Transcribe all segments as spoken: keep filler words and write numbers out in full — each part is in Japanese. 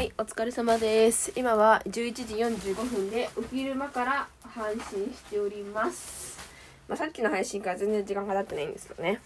はい、お疲れ様です。今はじゅういちじよんじゅうごふんでお昼間から配信しております。まあ、さっきの配信から全然時間が経ってないんですけどね。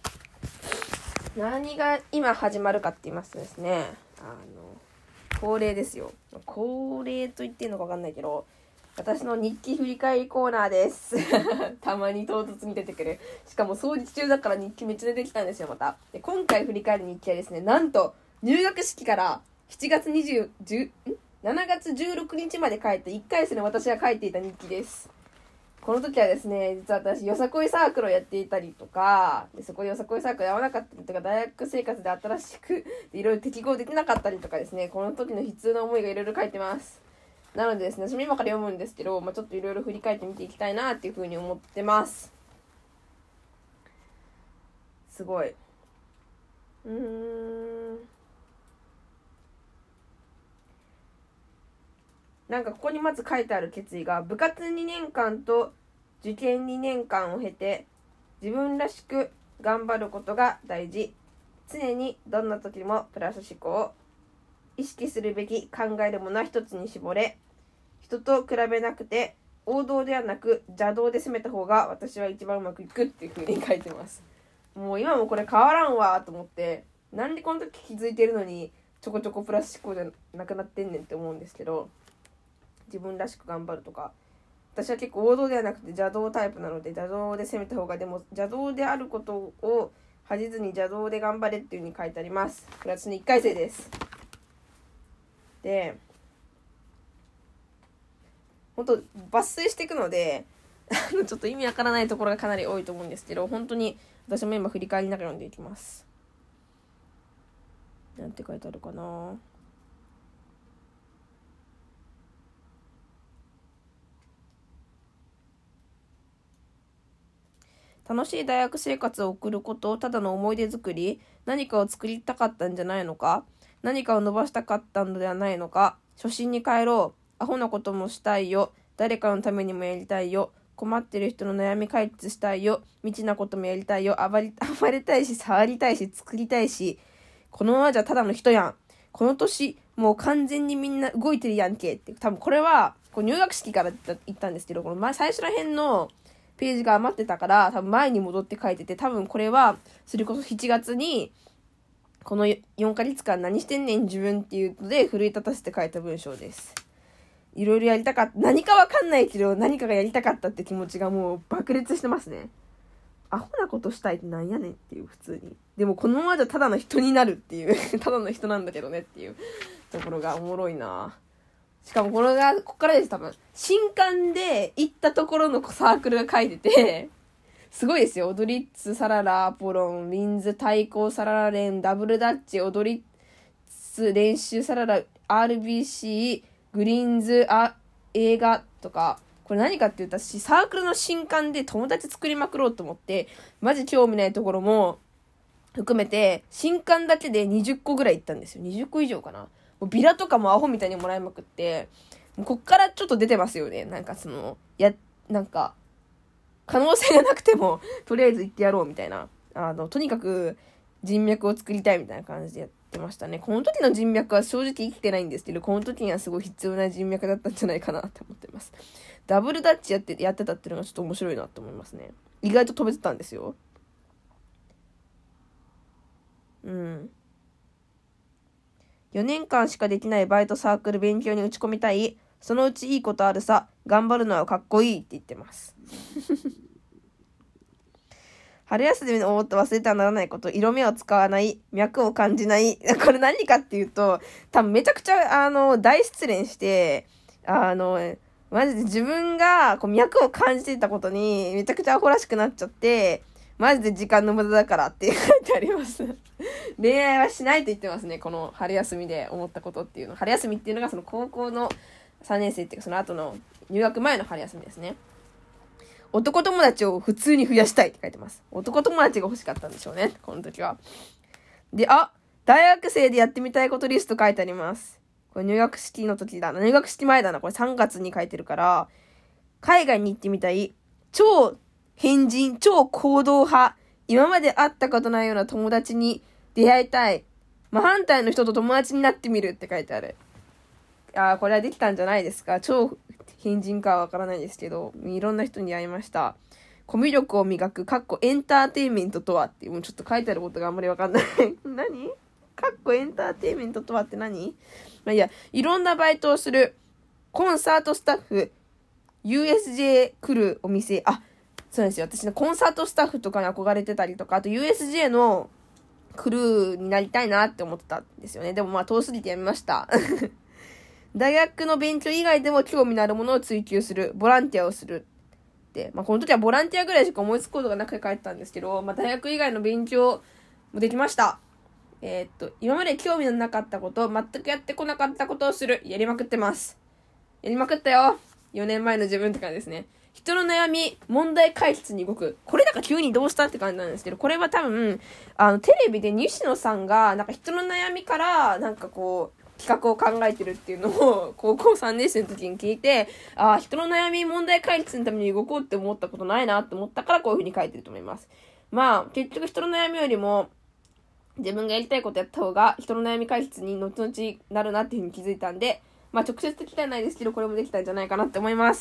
何が今始まるかって言いますとですね、あの、恒例ですよ。恒例と言っていいのかわかんないけど、私の日記振り返りコーナーです。たまに唐突に出てくる。しかも掃除中だから日記めっちゃ出てきたんですよ、また。で、今回振り返る日記はですね、なんと入学式からしちがつにじゅう、じゅう、ん ?しち がつじゅうろくにちまで書いていっかい生の私が書いていた日記です。この時はですね、実は私、よさこいサークルをやっていたりとか、でそこでよさこいサークルやらなかったりとか、大学生活で新しくいろいろ適合できなかったりとかですね、この時の悲痛な思いがいろいろ書いてます。なのでですね、私も今から読むんですけど、まあ、ちょっといろいろ振り返ってみていきたいなっていうふうに思ってます。すごい。うーん。なんかここにまず書いてある決意が、部活にねんかんと受験にねんかんを経て、自分らしく頑張ることが大事。常にどんな時もプラス思考。意識するべき考えるものは一つに絞れ。人と比べなくて王道ではなく邪道で攻めた方が私は一番うまくいくっていう風に書いてます。もう今もこれ変わらんわと思って、なんでこの時気づいてるのにちょこちょこプラス思考じゃなくなってんねんって思うんですけど、自分らしく頑張るとか、私は結構王道ではなくて邪道タイプなので、邪道で攻めた方が、でも邪道であることを恥じずに邪道で頑張れっていう風に書いてあります。これは私のいっかい生です。で本当抜粋していくのでちょっと意味わからないところがかなり多いと思うんですけど、本当に私も今振り返りながら読んでいきます。なんて書いてあるかな。楽しい大学生活を送ることをただの思い出作り、何かを作りたかったんじゃないのか、何かを伸ばしたかったのではないのか、初心に帰ろう、アホなこともしたいよ、誰かのためにもやりたいよ、困ってる人の悩み解決したいよ、未知なこともやりたいよ、暴り、暴れたいし、触りたいし、作りたいし、このままじゃただの人やん。この年、もう完全にみんな動いてるやんけって、多分これは、こう入学式から言ったんですけど、この前最初ら辺のページが余ってたから、多分前に戻って書いてて、多分これは、それこそしちがつに、このよんかげつかん何してんねん自分っていうので、奮い立たせて書いた文章です。いろいろやりたかった。何かわかんないけど、何かがやりたかったって気持ちがもう爆裂してますね。アホなことしたいってなんやねんっていう、普通に。でもこのままじゃただの人になるっていう、ただの人なんだけどねっていうところがおもろいな。しかもこれが、ここからです、多分。新刊で行ったところのサークルが書いてて、すごいですよ。踊りッツ、サララ、アポロン、ウィンズ、対抗、サララレン、ダブルダッチ、踊りッツ、練習、サララ、アールビーシー、グリーンズ、あ、映画とか、これ何かって言ったら、サークルの新刊で友達作りまくろうと思って、マジ興味ないところも含めて、新刊だけでにじゅっこぐらい行ったんですよ。にじゅっこ以上かな。もうビラとかもアホみたいにもらいまくって、もうこっからちょっと出てますよね。なんかその、や、なんか、可能性がなくても、とりあえず行ってやろうみたいな。あの、とにかく人脈を作りたいみたいな感じでやってましたね。この時の人脈は正直生きてないんですけど、この時にはすごい必要な人脈だったんじゃないかなって思ってます。ダブルダッチやって、やってたっていうのがちょっと面白いなって思いますね。意外と飛べてたんですよ。うん。よねんかんしかできないバイトサークル勉強に打ち込みたい。そのうちいいことあるさ。頑張るのはかっこいいって言ってます。春休みの思って忘れてはならないこと。色目を使わない。脈を感じない。これ何かっていうと、多分めちゃくちゃ、あの、大失恋して、あの、マジで自分がこう脈を感じていたことにめちゃくちゃアホらしくなっちゃって、マジで時間の無駄だからって書いてあります。恋愛はしないと言ってますね。この春休みで思ったことっていうの。春休みっていうのがその高校のさんねん生っていうかその後の入学前の春休みですね。男友達を普通に増やしたいって書いてます。男友達が欲しかったんでしょうね。この時は。で、あ、大学生でやってみたいことリスト書いてあります。これ入学式の時だな。入学式前だな。これさんがつに書いてるから、海外に行ってみたい。超変人、超行動派。今まで会ったことないような友達に出会いたい。真反対の人と友達になってみるって書いてある。 あーこれはできたんじゃないですか。超変人かはわからないですけど、いろんな人に会いました。コミュ力を磨く、かっこエンターテインメントとはっていう、もうちょっと書いてあることがあんまりわかんない。何かっこエンターテインメントとはって何？まあいいや、いろんなバイトをする、コンサートスタッフ、ユーエスジェー 来るお店、あ、そうなんですよ。私ね、コンサートスタッフとかに憧れてたりとか、あと ユーエスジェー のクルーになりたいなって思ってたんですよね。でもまあ遠すぎてやめました。大学の勉強以外でも興味のあるものを追求する、ボランティアをするって、まあこの時はボランティアぐらいしか思いつくことがなくて書いてたんですけど、まあ大学以外の勉強もできました。えー、っと、今まで興味のなかったこと、全くやってこなかったことをする。やりまくってます。やりまくったよ。よねんまえの自分って感じですね。人の悩み、問題解決に動く。これなんか急にどうしたって感じなんですけど、これは多分、あの、テレビで西野さんが、なんか人の悩みから、なんかこう、企画を考えてるっていうのを、高校さんねん生の時に聞いて、ああ、人の悩み、問題解決のために動こうって思ったことないなって思ったから、こういう風に書いてると思います。まあ、結局人の悩みよりも、自分がやりたいことやった方が、人の悩み解決に後々なるなっていう風に気づいたんで、まあ直接的ではないですけど、これもできたんじゃないかなって思います。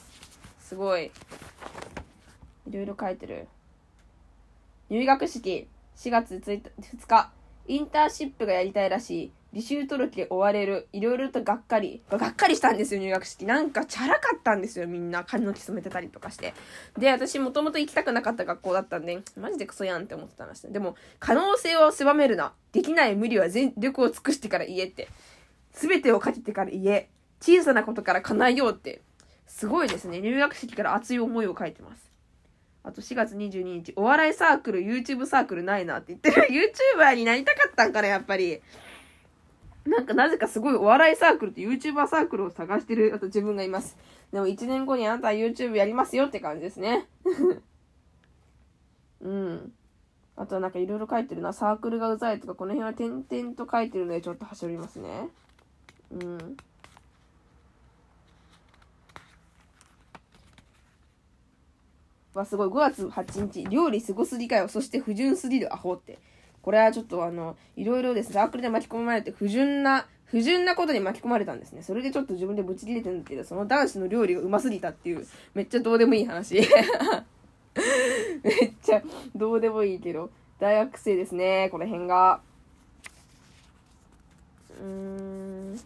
すごい。いろいろ書いてる。入学式、しがつついたち、ふつか。インターンシップがやりたいらしい。履修届追われる。いろいろとがっかり。がっかりしたんですよ、入学式。なんかチャラかったんですよ、みんな。髪の毛染めてたりとかして。で、私もともと行きたくなかった学校だったんで、マジでクソやんって思ってたんですね。でも、可能性を狭めるな。できない無理は全力を尽くしてから言えって。すべてをかけてから言え。小さなことから叶えようって。すごいですね。入学式から熱い思いを書いてます。あとしがつにじゅうににち、お笑いサークル、YouTube サークルないなって言ってる。YouTuber になりたかったんかな、やっぱり。なんかなぜかすごいお笑いサークルと YouTuber サークルを探してる、あと自分がいます。でもいちねんごにあなたは YouTube やりますよって感じですね。うん。あとはなんかいろいろ書いてるな。サークルがうざいとか、この辺は点々と書いてるのでちょっと走りますね。うん。わ、すごい。ごがつはちにち、料理すごすぎかよ。そして不純すぎるアホって。これはちょっとあの、いろいろです。サークルで巻き込まれて不純な、不純なことに巻き込まれたんですね。それでちょっと自分でブチ切れてるんだけど、その男子の料理がうますぎたっていう、めっちゃどうでもいい話。めっちゃどうでもいいけど、大学生ですね、この辺が。うーん。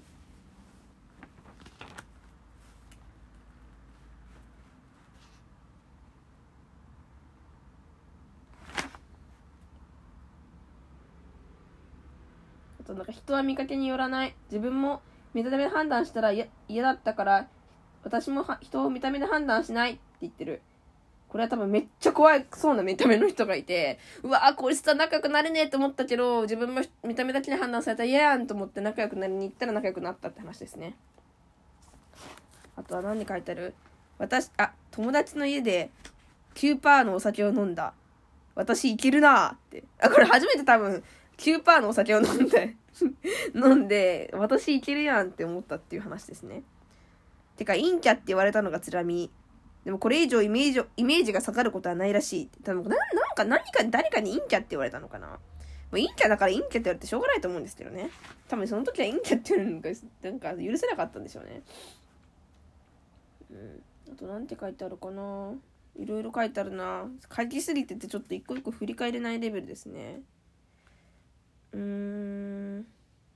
あとなんか人は見かけによらない。自分も見た目で判断したら嫌だったから、私も人を見た目で判断しないって言ってる。これは多分めっちゃ怖いそうな見た目の人がいて、うわぁ、こいつと仲良くなれねえと思ったけど、自分も見た目だけで判断されたら嫌やんと思って仲良くなりに行ったら仲良くなったって話ですね。あとは何に書いてある？私、あ、友達の家で きゅうパーセント のお酒を飲んだ。私いけるなーって。あ、これ初めて多分 きゅうパーセント のお酒を飲んで、飲んで、私いけるやんって思ったっていう話ですね。てか、陰キャって言われたのがつらみ。でもこれ以上イメージ、イメージが下がることはないらしい。多分な、なんか何か、誰かに陰キャって言われたのかな。もう陰キャだから陰キャって言われてしょうがないと思うんですけどね。多分その時は陰キャって言われるのが、なんか許せなかったんでしょうね。うん。あとなんて書いてあるかな。いろいろ書いてあるな。書きすぎててちょっと一個一個振り返れないレベルですね。うーん。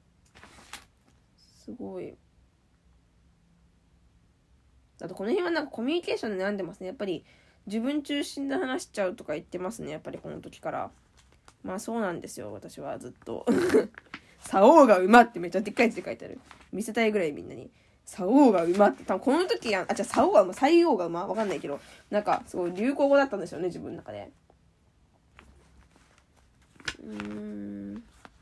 すごい。あとこの辺はなんかコミュニケーションで悩んでますね。やっぱり自分中心で話しちゃうとか言ってますね。やっぱりこの時から。まあそうなんですよ。私はずっと。竿が馬ってめっちゃでっかい字で書いてある。見せたいぐらいみんなに。竿が馬って、多分この時やん。あ、じゃあ竿が馬、採用が馬わかんないけど。なんかすごい流行語だったんですよね。自分の中で。うーん。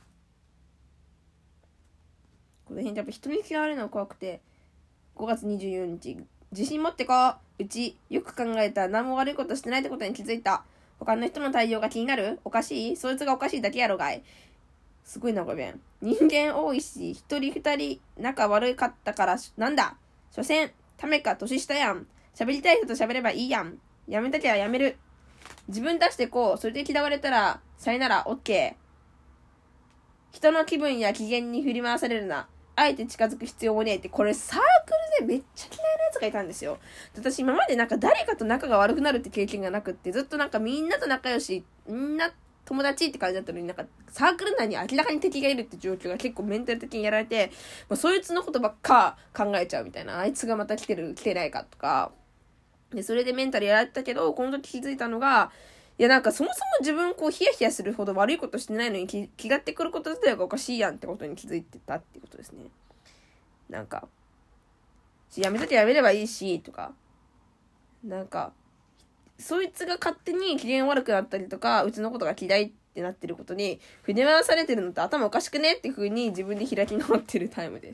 この辺やっぱ人に嫌われるのが怖くて。ごがつにじゅうよっか。自信持ってこう。うち、よく考えたら何も悪いことしてないってことに気づいた。他の人の対応が気になる？おかしい？そいつがおかしいだけやろがい。すごいな、これ。人間多いし、一人二人仲悪かったから、なんだ。所詮、ためか年下やん。喋りたい人と喋ればいいやん。やめたきゃやめる。自分出してこう。それで嫌われたら、さよなら、オッケー。人の気分や機嫌に振り回されるな。 あえて近づく必要もねえって、これサークルでめっちゃ嫌いなやつがいたんですよ。私今までなんか誰かと仲が悪くなるって経験がなくって、ずっとなんかみんなと仲良し、みんな友達って感じだったのに、なんかサークル内に明らかに敵がいるって状況が結構メンタル的にやられて、まあ、そいつのことばっか考えちゃうみたいな。あいつがまた来てる、来てないかとか。で、それでメンタルやられてたけど、この時気づいたのが、いやなんかそもそも自分こうヒヤヒヤするほど悪いことしてないのに気気がってくること自体がおかしいやんってことに気づいてたっていうことですね。なんか、やめときゃやめればいいし、とか、なんか、そいつが勝手に機嫌悪くなったりとか、うちのことが嫌いってなってることに、振り回されてるのって頭おかしくねっていう風に自分で開き直ってるタイムです。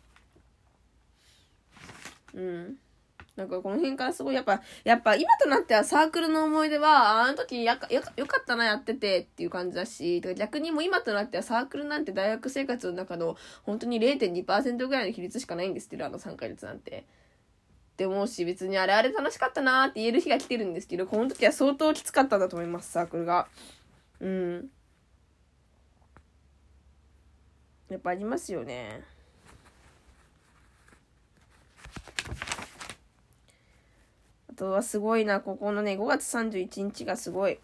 うん。なんかこの辺からすごいやっぱ、やっぱ今となってはサークルの思い出は、あの時やかよかよかったなやっててっていう感じだし、逆にもう今となってはサークルなんて大学生活の中の本当に れいてんにパーセント ぐらいの比率しかないんですけど、あの参加率なんて。って思うし、別にあれあれ楽しかったなーって言える日が来てるんですけど、この時は相当きつかったんだと思います、サークルが。うん。やっぱありますよね。あとはすごいな、ここのね、ごがつさんじゅういちにちがすごい。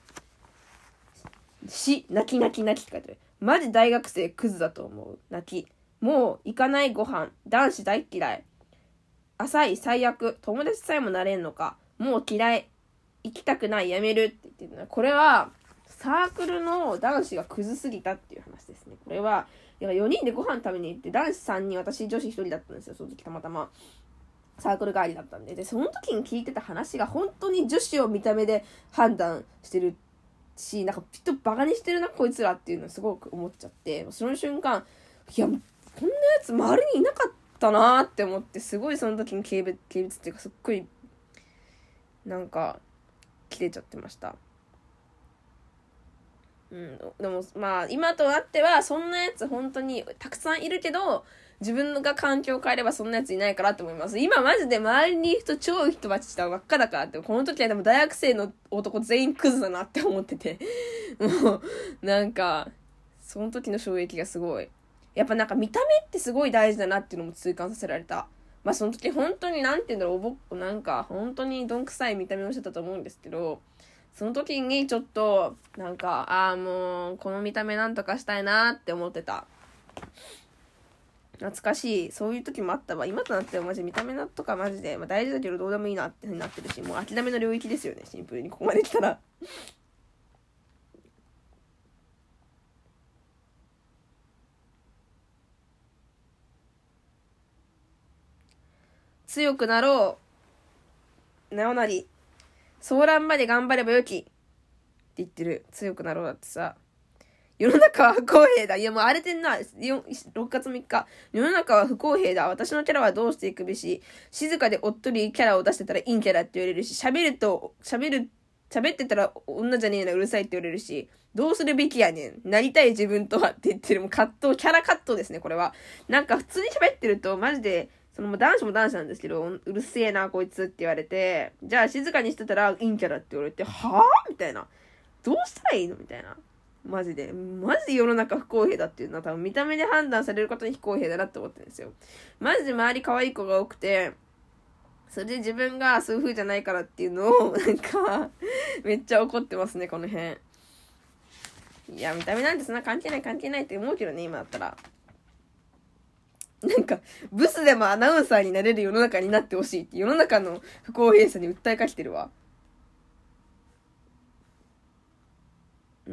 し、泣き泣き泣きって書いてある。マジ大学生クズだと思う。泣き。もう行かないご飯。男子大嫌い。浅い最悪。友達さえもなれんのか。もう嫌い。行きたくない。やめるって言ってるの。これは、サークルの男子がクズすぎたっていう話ですね。これは、よにんでご飯食べに行って、男子さんにん、私女子ひとりだったんですよ。その時たまたま。サークル帰りだったんで。で、その時に聞いてた話が本当に女子を見た目で判断してるし、なんかきっとバカにしてるなこいつらっていうのをすごく思っちゃって、その瞬間、いや、こんなやつ周りにいなかったなーって思って、すごいその時に軽蔑、軽蔑っていうかすっごい、なんか、切れちゃってました。うん、でもまあ今となってはそんなやつ本当にたくさんいるけど、自分が環境を変えればそんなやついないからって思います。今マジで周りにいる人超人鉢したばっかだからって、この時はでも大学生の男全員クズだなって思っててもうなんかその時の衝撃がすごい。やっぱなんか見た目ってすごい大事だなっていうのも痛感させられた。まあその時本当になんて言うんだろう、おぼなんか本当にどんくさい見た目をしてたと思うんですけど、その時にちょっとなんかああもうこの見た目なんとかしたいなって思ってた。懐かしい。そういう時もあったわ。今となってはマジ見た目とかマジで、まあ、大事だけどどうでもいいなってなってるし、もう諦めの領域ですよね、シンプルにここまで来たら強くなろう。なおなり。騒乱まで頑張ればよき。って言ってる。強くなろうだってさ。世の中は不公平だ。いやもう荒れてんな。ろくがつみっか。世の中は不公平だ。私のキャラはどうしていくべし。静かでおっとりキャラを出してたら陰キャラって言われるし、喋ると、喋る、喋ってたら女じゃねえな、うるさいって言われるし、どうするべきやねん。なりたい自分とはって言ってる。もう葛藤、キャラ葛藤ですね、これは。なんか普通に喋ってると、マジで、その男子も男子なんですけど、うるせえな、こいつって言われて、じゃあ静かにしてたら陰キャラって言われて、はぁみたいな。どうしたらいいのみたいな。マジで。マジで世の中不公平だっていうのは多分見た目で判断されることに不公平だなって思ってるんですよ。マジで周り可愛い子が多くて、それで自分がそういう風じゃないからっていうのを、なんか、めっちゃ怒ってますね、この辺。いや、見た目なんてそんな関係ない関係ないって思うけどね、今だったら。なんか、ブスでもアナウンサーになれる世の中になってほしいって世の中の不公平さに訴えかけてるわ。うん。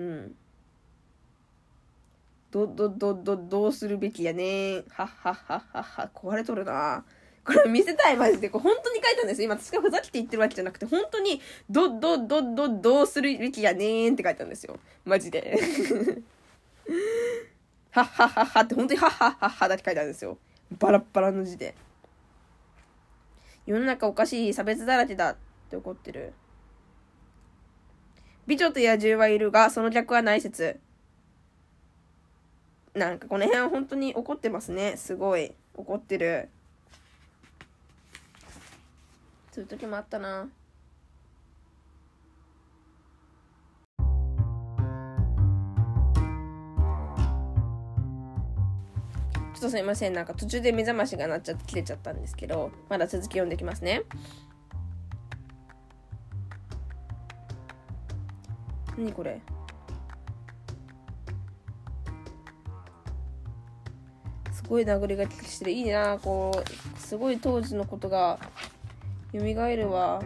ど、ど、ど、ど、どうするべきやねはっはっはっはっは。壊れとるなこれ見せたいマジで。これ本当に書いたんですよ。今私がふざけて言ってるわけじゃなくて、本当に、ど、ど、ど、ど、どうするべきやねーんって書いたんですよ。マジで。はっはっはっはって本当にはっはっはっはだけ書いてあるんですよ。バラッバラの字で。世の中おかしい、差別だらけだって怒ってる。美女と野獣はいるが、その逆はない説。なんかこの辺は本当に怒ってますね。すごい。怒ってる。そういう時もあったな。 ちょっとすいません、なんか途中で目覚ましが鳴っちゃって切れちゃったんですけど、まだ続き読んできますね。何これ、すごい殴り書きしてる。いいな、こうすごい当時のことが蘇るわ。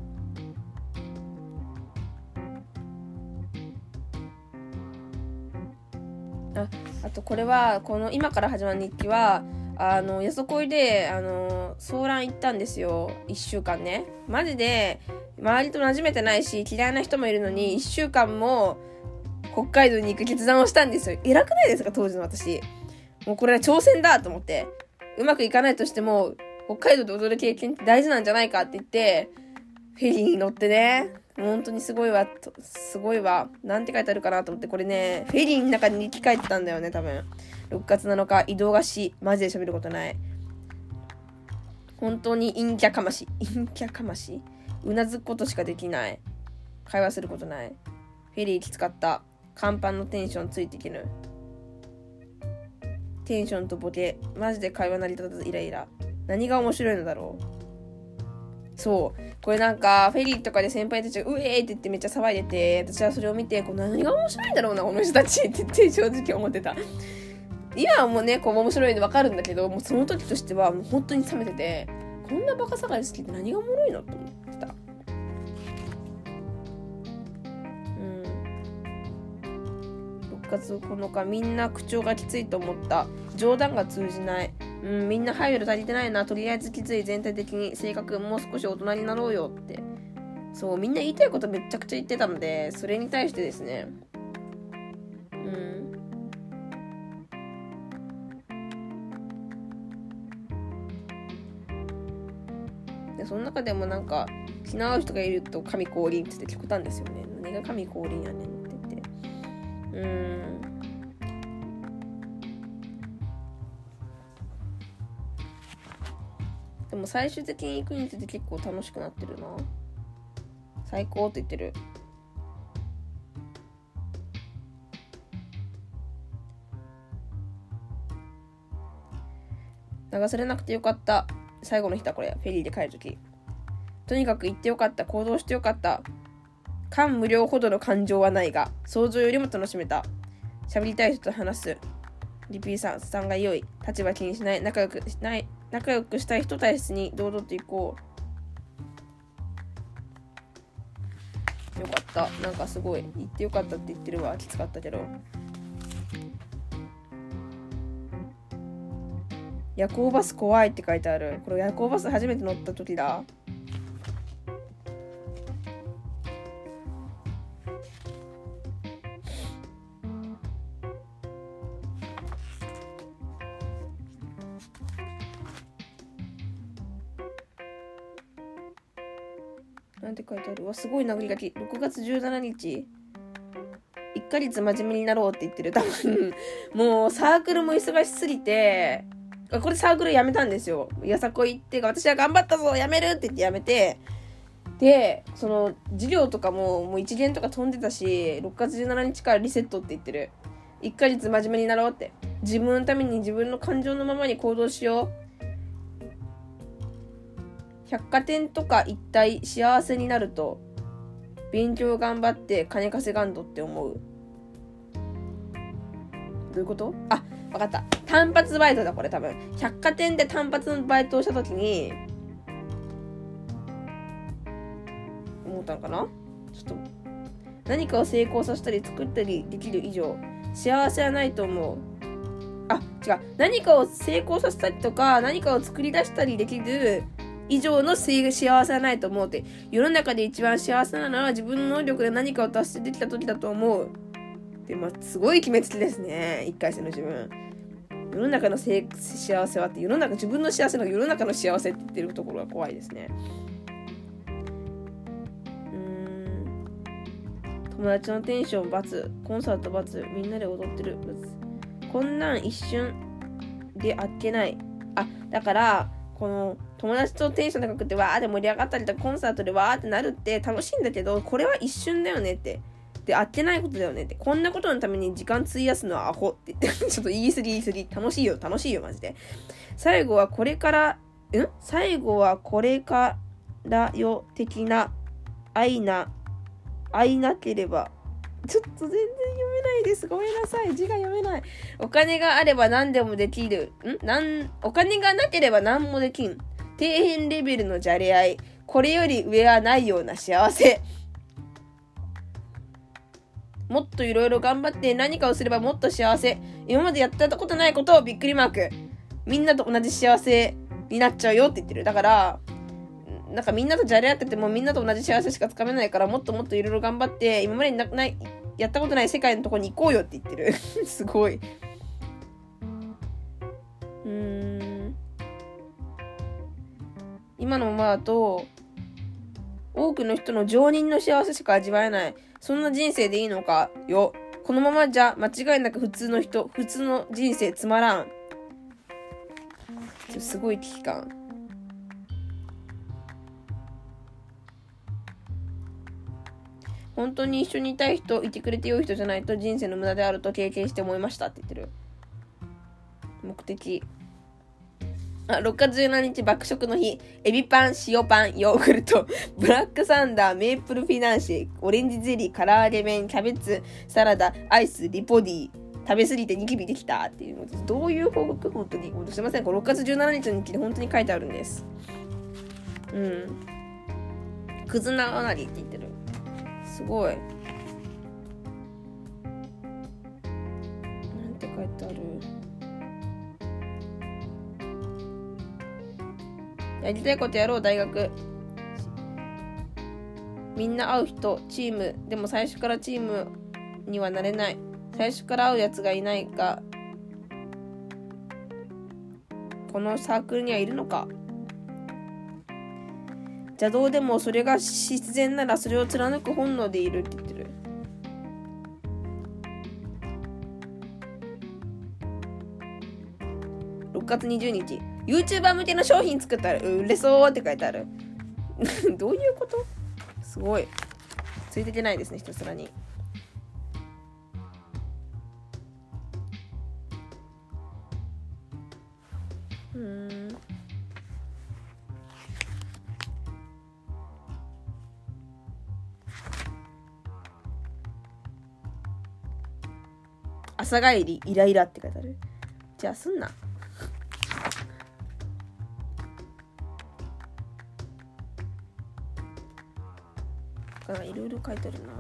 あ、あとこれはこの今から始まる日記はあのよそこいであのソーラン行ったんですよ。いっしゅうかんね。マジで周りと馴染めてないし嫌いな人もいるのにいっしゅうかんも北海道に行く決断をしたんですよ。偉くないですか、当時の私。もうこれは挑戦だと思って、うまくいかないとしても北海道で踊る経験って大事なんじゃないかって言ってフェリーに乗ってね、本当にすごいわ、すごいわ。なんて書いてあるかなと思って、これね、フェリーの中に日記書いてたんだよね、多分。ろくがつなのか、移動がし、マジで喋ることない。本当に陰キャかまし。陰キャかましうなずくことしかできない。会話することない。フェリーきつかった。甲板のテンションついていけぬ。テンションとボケ。マジで会話成り立たずイライラ。何が面白いのだろう。そう。これなんか、フェリーとかで先輩たちがうえーって言ってめっちゃ騒いでて、私はそれを見て、こう何が面白いんだろうな、この人たちって言って正直思ってた。今はもうね、こう面白いの分かるんだけど、もうその時としてはもう本当に冷めてて、こんなバカ騒ぎ好きって何がおもろいのと思ってた。うん。ろくがつこのか、みんな口調がきついと思った。冗談が通じない。うん、みんな配慮足りてないな。とりあえずきつい。全体的に性格もう少し大人になろうよって。そう、みんな言いたいことめちゃくちゃ言ってたので、それに対してですね。うん。で、その中でもなんか、気の合う人がいると神降臨って言って聞こえたんですよね。何が神降臨やねんって言って。うーん。でも最終的に行くについて結構楽しくなってるな。最高って言ってる。流されなくてよかった。最後の日だこれ。フェリーで帰るとき。とにかく行ってよかった。行動してよかった。感無量ほどの感情はないが、想像よりも楽しめた。喋りたい人と話す。リピーさん、さんが良い。立場気にしない。仲良くしない。仲良くしたい人体質に堂々と行こう。よかった。なんかすごい行ってよかったって言ってるわ。きつかったけど。夜行バス怖いって書いてある。これ夜行バス初めて乗った時だ。なんて書いてあるわ、すごい殴り書き。ろくがつじゅうしちにち。いっかげつ真面目になろうって言ってる。多分、もうサークルも忙しすぎて、これサークル辞めたんですよ。やさこいって、私は頑張ったぞ辞めるって言って辞めて、で、その、授業とかももう一限とか飛んでたし、ろくがつじゅうしちにちからリセットって言ってる。いっかげつ真面目になろうって。自分のために自分の感情のままに行動しよう。百貨店とか一体幸せになると勉強頑張って金稼がんとって思う。どういうこと？あ、わかった。単発バイトだこれ多分。百貨店で単発のバイトをしたときに思ったのかな。ちょっと何かを成功させたり作ったりできる以上幸せはないと思う。あ、違う。何かを成功させたりとか何かを作り出したりできる以上の幸せはないと思うって。世の中で一番幸せなのは自分の能力で何かを達成できた時だと思う。で、まあ、すごい決めつけですね。一回生の自分。世の中の幸せはって、世の中、自分の幸せの世の中の幸せって言ってるところが怖いですね。うーん。友達のテンション×、コンサート×、みんなで踊ってる×。こんなん一瞬であっけない。あ、だから、この友達とテンション高くてわーって盛り上がったりとかコンサートでわーってなるって楽しいんだけど、これは一瞬だよねって。 で、あっけないことだよねって。こんなことのために時間費やすのはアホって言って、ちょっと言い過ぎ言い過ぎ。楽しいよ、楽しいよ、マジで。最後はこれから、ん最後はこれからよ、的な、愛な、愛なければ。ちょっと全然読めないです。ごめんなさい。字が読めない。お金があれば何でもできる。んなん、お金がなければ何もできん。底辺レベルのじゃれ合い。これより上はないような幸せ。もっといろいろ頑張って何かをすればもっと幸せ。今までやったことないことをびっくりマーク。みんなと同じ幸せになっちゃうよって言ってる。だから、なんかみんなとじゃれ合っててもみんなと同じ幸せしかつかめないから、もっともっといろいろ頑張って今までになないやったことない世界のとこに行こうよって言ってる。すごい。うーん。今のままだと多くの人の常人の幸せしか味わえない。そんな人生でいいのかよ。このままじゃ間違いなく普通の人、普通の人生つまらん。すごい危機感。本当に一緒にいたい人、いてくれて良い人じゃないと人生の無駄であると経験して思いましたって言ってる。目的。あ、ろくがつじゅうしちにち爆食の日。エビパン、塩パン、ヨーグルト、ブラックサンダー、メープルフィナンシェ、オレンジゼリー、唐揚げ麺、キャベツ、サラダ、アイス、リポディ。食べ過ぎてニキビできたっていうの。どういう報告？本当に。すいません。これろくがつじゅうしちにちの日記で本当に書いてあるんです。うん。クズなあなりって言ってる。すごい。なんて書いてある？やりたいことやろう、大学。みんな会う人、チーム。でも最初からチームにはなれない。最初から会うやつがいないが、このサークルにはいるのか。邪道でもそれが必然ならそれを貫く本能でいるって言ってる。ろくがつにじゅうにち YouTuber 向けの商品作ったら売れそうって書いてある。どういうこと？すごいついていけないですね、ひたすらに。うーん朝帰りイライラって書いてある。じゃあすんな。いろいろ書いてあるな。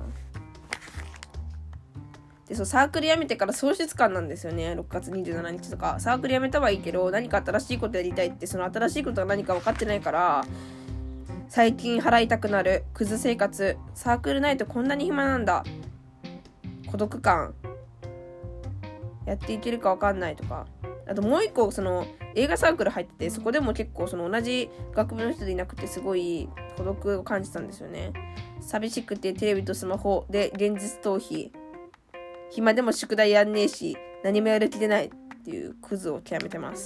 で、そう、サークル辞めてから喪失感なんですよね。ろくがつにじゅうしちにちとか。サークル辞めたはいいけど、何か新しいことやりたいって、その新しいことが何か分かってないから、最近払いたくなる。クズ生活。サークルないとこんなに暇なんだ。孤独感。やっていけるか分かんないとか。あともう一個、その、映画サークル入ってて、そこでも結構その同じ学部の人でいなくてすごい孤独を感じたんですよね。寂しくてテレビとスマホで現実逃避。暇でも宿題やんねえし、何もやる気出ないっていうクズを極めてます。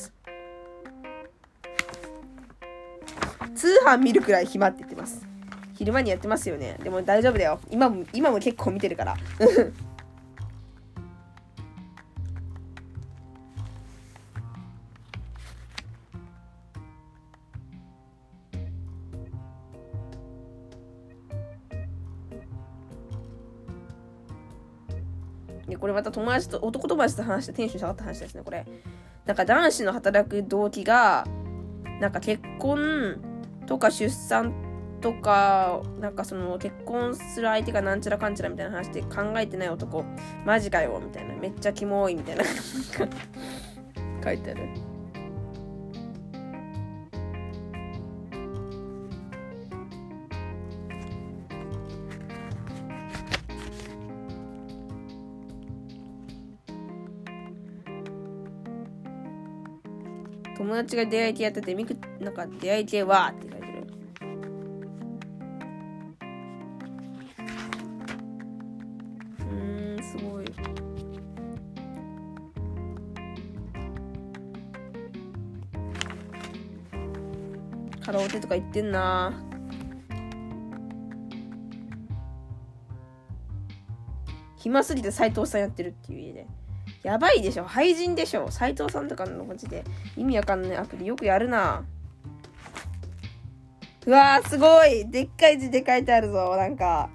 通販見るくらい暇って言ってます。昼間にやってますよね。でも大丈夫だよ。今も、今も結構見てるから。で、これまた友達と、男友達と話してテンション下がった話ですね、これ。なんか男子の働く動機が、なんか結婚とか出産とか、なんかその結婚する相手がなんちゃらかんちゃらみたいな話で考えてない男、マジかよ、みたいな。めっちゃキモい、みたいな。書いてある。友達が出会い系やってて、みく、なんか出会い系はって書いてる。うーん、すごい。カラオケとか行ってんな。 暇すぎて斉藤さんやってるっていう家で。やばいでしょ、廃人でしょ。斉藤さんとかのマジで意味わかんないアプリよくやるな。うわーすごいでっかい字で書いてあるぞ。なんか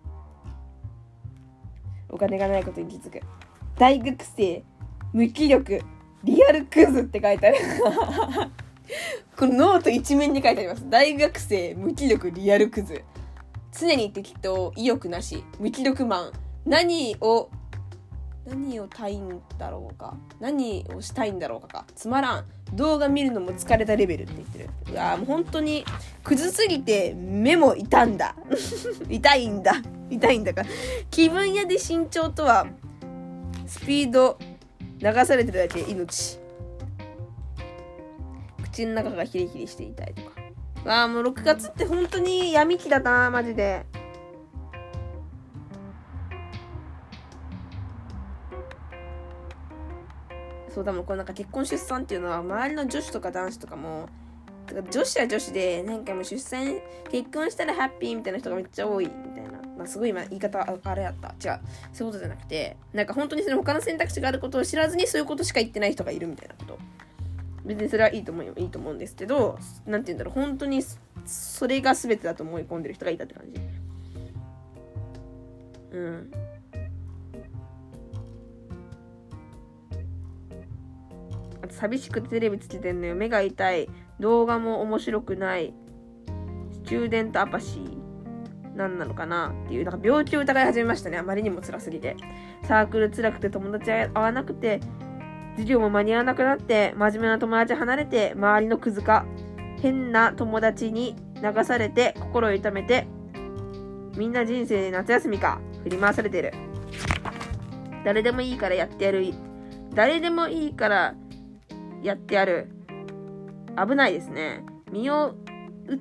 お金がないことに気づく。大学生無気力リアルクズって書いてあるこのノート一面に書いてあります。大学生無気力リアルクズ、常に適当意欲なし無気力マン、何を何をたいんだろうか何をしたいんだろうかかつまらん動画見るのも疲れたレベルって言ってる。うわもう本当にクズすぎて目も痛んだ痛いんだ痛いんだから気分屋で身長とはスピード流されてるだけ命、口の中がヒリヒリしていたいとか。わあもうろくがつって本当に闇期だなマジで。そうだもんこれなんか結婚出産っていうのは周りの女子とか男子とかも女子は女子でなんかもう出産結婚したらハッピーみたいな人がめっちゃ多いみたいな、まあ、すごい今言い方あれやった違うそういうことじゃなくてなんか本当にその他の選択肢があることを知らずにそういうことしか言ってない人がいるみたいなこと。別にそれはいいと思うよいいと思うんですけど、なんて言うんだろう本当にそれが全てだと思い込んでる人がいたって感じ。うんあと寂しくてテレビつけてんのよ。目が痛い。動画も面白くない。スチューデントアパシー。何なのかなっていう、なんか病気を疑い始めましたね。あまりにも辛すぎて。サークル辛くて友達会わなくて、授業も間に合わなくなって、真面目な友達離れて、周りのクズか。変な友達に流されて、心を痛めて、みんな人生で夏休みか。振り回されてる。誰でもいいからやってやる。誰でもいいから、やってやる。危ないですね。身を打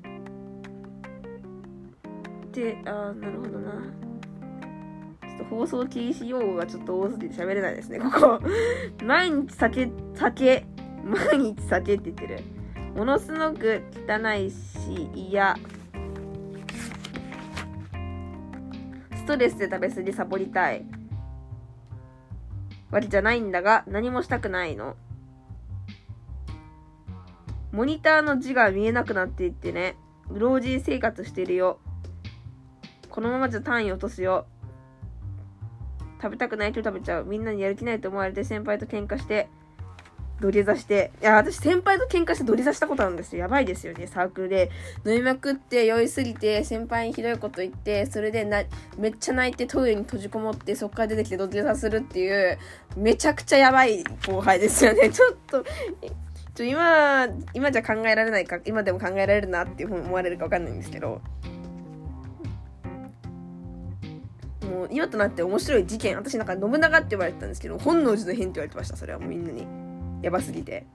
ってあーなるほどな。ちょっと放送禁止用語がちょっと多すぎて喋れないですねここ毎日酒酒毎日酒って言ってる。ものすごく汚いし嫌。ストレスで食べ過ぎサボりたいわけじゃないんだが何もしたくないの。モニターの字が見えなくなっていってね。老人生活してるよ。このままじゃ単位落とすよ。食べたくないけど食べちゃう。みんなにやる気ないと思われて先輩と喧嘩して土下座して。いや私先輩と喧嘩して土下座したことあるんですよ。やばいですよね。サークルで飲みまくって酔いすぎて先輩にひどいこと言って、それでなめっちゃ泣いてトイレに閉じこもって、そっから出てきて土下座するっていうめちゃくちゃやばい後輩ですよね。ちょっとちょ今今じゃ考えられないか、今でも考えられるなっていうふうに思われるか分かんないんですけど、もう今となって面白い事件、私なんか信長って言われてたんですけど、本能寺の変って言われてました。それはもうみんなにやばすぎて。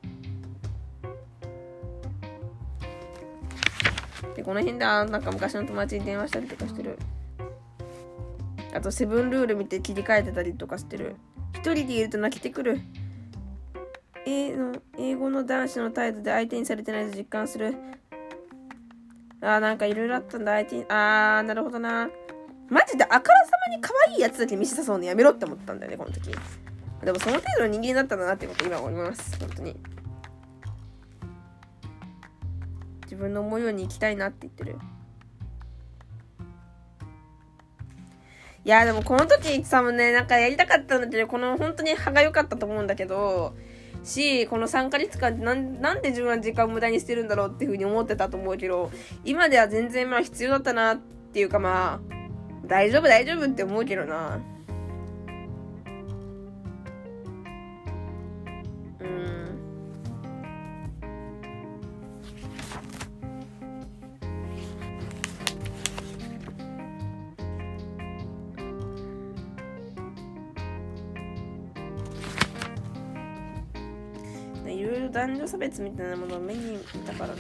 でこの辺でなんか昔の友達に電話したりとかしてる。あとセブンルール見て切り替えてたりとかしてる。一人でいると泣けてくる。英の英語の男子の態度で相手にされてないと実感する。あーなんかいろいろあったんだ相手に。あーなるほどな。マジであからさまに可愛いやつだけ見せたそうのやめろって思ったんだよねこの時。でもその程度の人間だったんだなってこと今思います。本当に自分の思うように生きたいなって言ってる。いやでもこの時さもねなんかやりたかったんだけど、この本当に歯が良かったと思うんだけどし、このさんかげつかんってなん、なんで自分は時間を無駄にしてるんだろうっていう風に思ってたと思うけど、今では全然まあ必要だったなっていうか、まあ大丈夫大丈夫って思うけどな。うーんいろいろ男女差別みたいなものを目に見たからな。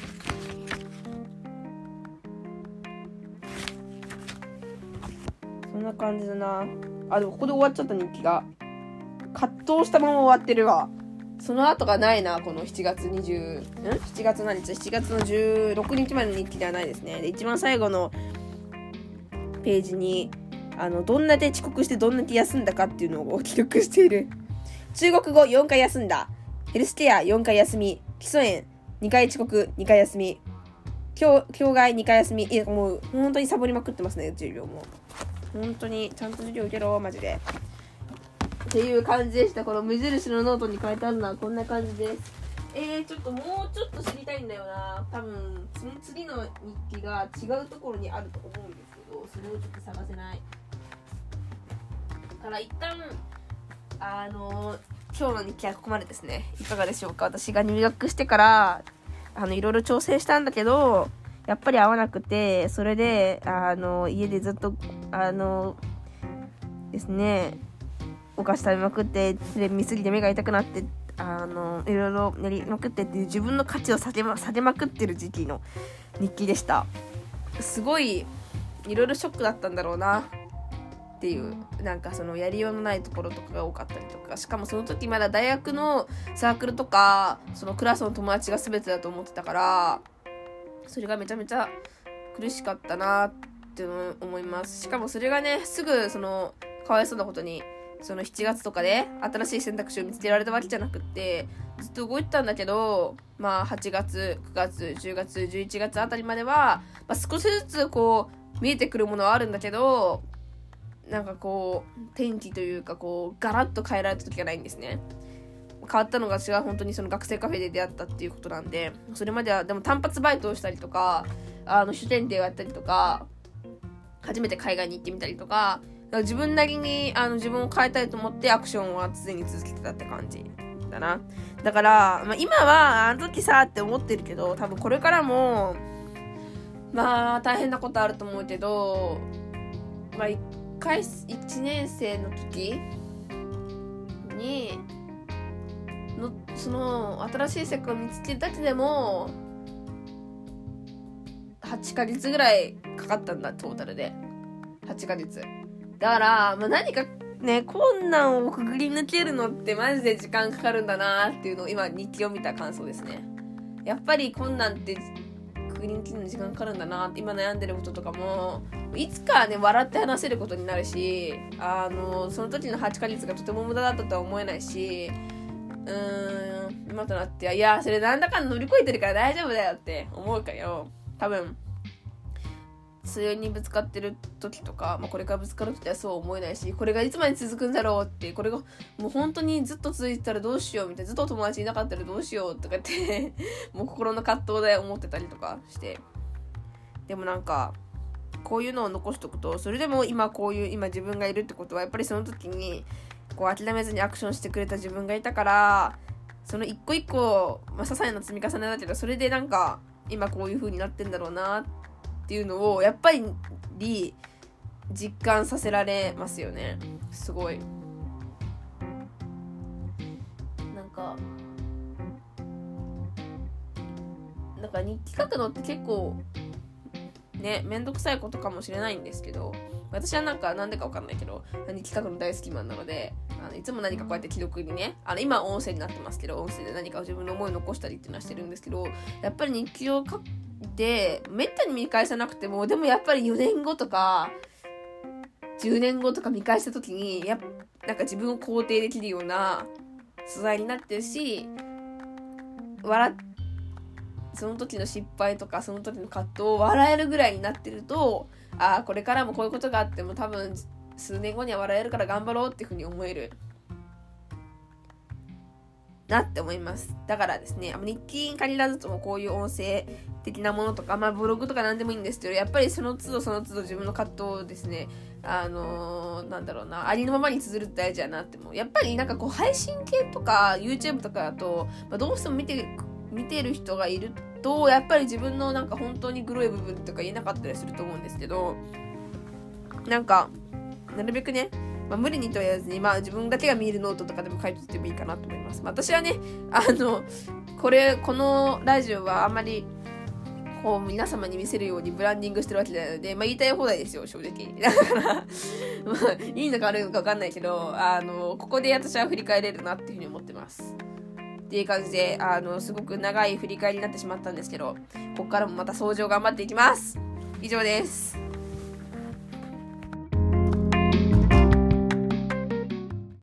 そんな感じだな。あでもここで終わっちゃった日記が葛藤したまま終わってるわ。その後がないな。このしちがつにじゅう、ん ?しち 月何日 ?しち 月のじゅうろくにちまでの日記ではないですね。で一番最後のページにあの、どんなで遅刻してどんなで休んだかっていうのを記録している。中国語よんかい休んだ。ヘルスケアよんかい休み。基礎園にかい遅刻にかい休み。教外にかい休み。いや、もう本当にサボりまくってますね、授業も。本当にちゃんと授業受けろ、マジで。っていう感じでした。この無印のノートに書いてあるのはこんな感じです。えー、ちょっともうちょっと知りたいんだよな。多分その次の日記が違うところにあると思うんですけど、それをちょっと探せない。だから一旦あのー、今日の日記はここまでですね。いかがでしょうか。私が入学してからあのいろいろ調整したんだけど、やっぱり合わなくて、それであの家でずっとあのですね、お菓子食べまくって、で見すぎて目が痛くなって、あのいろいろやりまくってっていう自分の価値を下げま、下げまくってる時期の日記でした。すごいいろいろショックだったんだろうなっていう、なんかそのやりようのないところとかが多かったりとか、しかもその時まだ大学のサークルとかそのクラスの友達が全てだと思ってたから、それがめちゃめちゃ苦しかったなって思います。しかもそれがね、すぐそのかわいそうなことにそのしちがつとかで新しい選択肢を見つけられたわけじゃなくって、ずっと動いてたんだけど、まあはちがつ、くがつ、じゅうがつ、じゅういちがつあたりまでは、まあ、少しずつこう見えてくるものはあるんだけど、なんかこう天気というかこうガラッと変えられた時がないんですね。変わったのが私は本当にその学生カフェで出会ったっていうことなんで、それまではでも単発バイトをしたりとか、あの主典定をやったりとか、初めて海外に行ってみたりとか、自分なりにあの自分を変えたいと思ってアクションは常に続けてたって感じだな。だから、まあ、今はあの時さって思ってるけど、多分これからもまあ大変なことあると思うけど、まあ一回いちねん生の時にのその新しい世界を見つけるだけでもはちかげつぐらいかかったんだ、トータルではちかげつだから、まあ、何かね、困難をくぐり抜けるのってマジで時間かかるんだなっていうのを今日記を見た感想ですね。やっぱり困難ってくぐり抜けるのに時間かかるんだなって、今悩んでることとかもいつかね笑って話せることになるし、あのその時のはちかげつがとても無駄だったとは思えないし、うーん今となってはいやそれなんだかんだ乗り越えてるから大丈夫だよって思うからよ。多分それにぶつかってる時とか、まあ、これからぶつかる時はそう思えないし、これがいつまで続くんだろうって、これがもう本当にずっと続いてたらどうしようみたいな、ずっと友達いなかったらどうしようとかってもう心の葛藤で思ってたりとかして、でもなんかこういうのを残しとくと、それでも今こういう今自分がいるってことはやっぱりその時にこう諦めずにアクションしてくれた自分がいたから、その一個一個、まあ、些細な積み重ねだけど、それでなんか今こういう風になってんだろうなってっていうのをやっぱり実感させられますよね。すごいなんかなんか日記書くのって結構ねめんどくさいことかもしれないんですけど、私はなんかなんでかわかんないけど日記書くの大好きマンなので、あのいつも何かこうやって記録にね、あの今音声になってますけど、音声で何か自分の思いを残したりっていうのはしてるんですけど、やっぱり日記を書でめったに見返さなくても、でもやっぱりよねんごとかじゅうねんごとか見返した時にやっなんか自分を肯定できるような素材になってるし、笑その時の失敗とかその時の葛藤を笑えるぐらいになってると、ああこれからもこういうことがあっても多分数年後には笑えるから頑張ろうっていうふうに思えるなって思います。だからですね、日記に限らずともこういう音声的なものとか、まあブログとか何でもいいんですけど、やっぱりその都度その都度自分の葛藤をですね、あのー、なんだろうな、ありのままに綴るって大事だなって思う。やっぱりなんかこう配信系とか YouTube とかだと、まあ、どうしても見て見てる人がいると、やっぱり自分のなんか本当にグロい部分とか言えなかったりすると思うんですけど、なんかなるべくね、まあ、無理にとは言わずに、まあ自分だけが見えるノートとかでも書いておいてもいいかなと思います。まあ、私はね、あの、これ、このラジオはあんまり、こう、皆様に見せるようにブランディングしてるわけなので、まあ言いたい放題ですよ、正直。だから、まあ、いいのか悪いのか分かんないけど、あの、ここで私は振り返れるなっていうふうに思ってます。っていう感じで、あの、すごく長い振り返りになってしまったんですけど、ここからもまた掃除を頑張っていきます。以上です。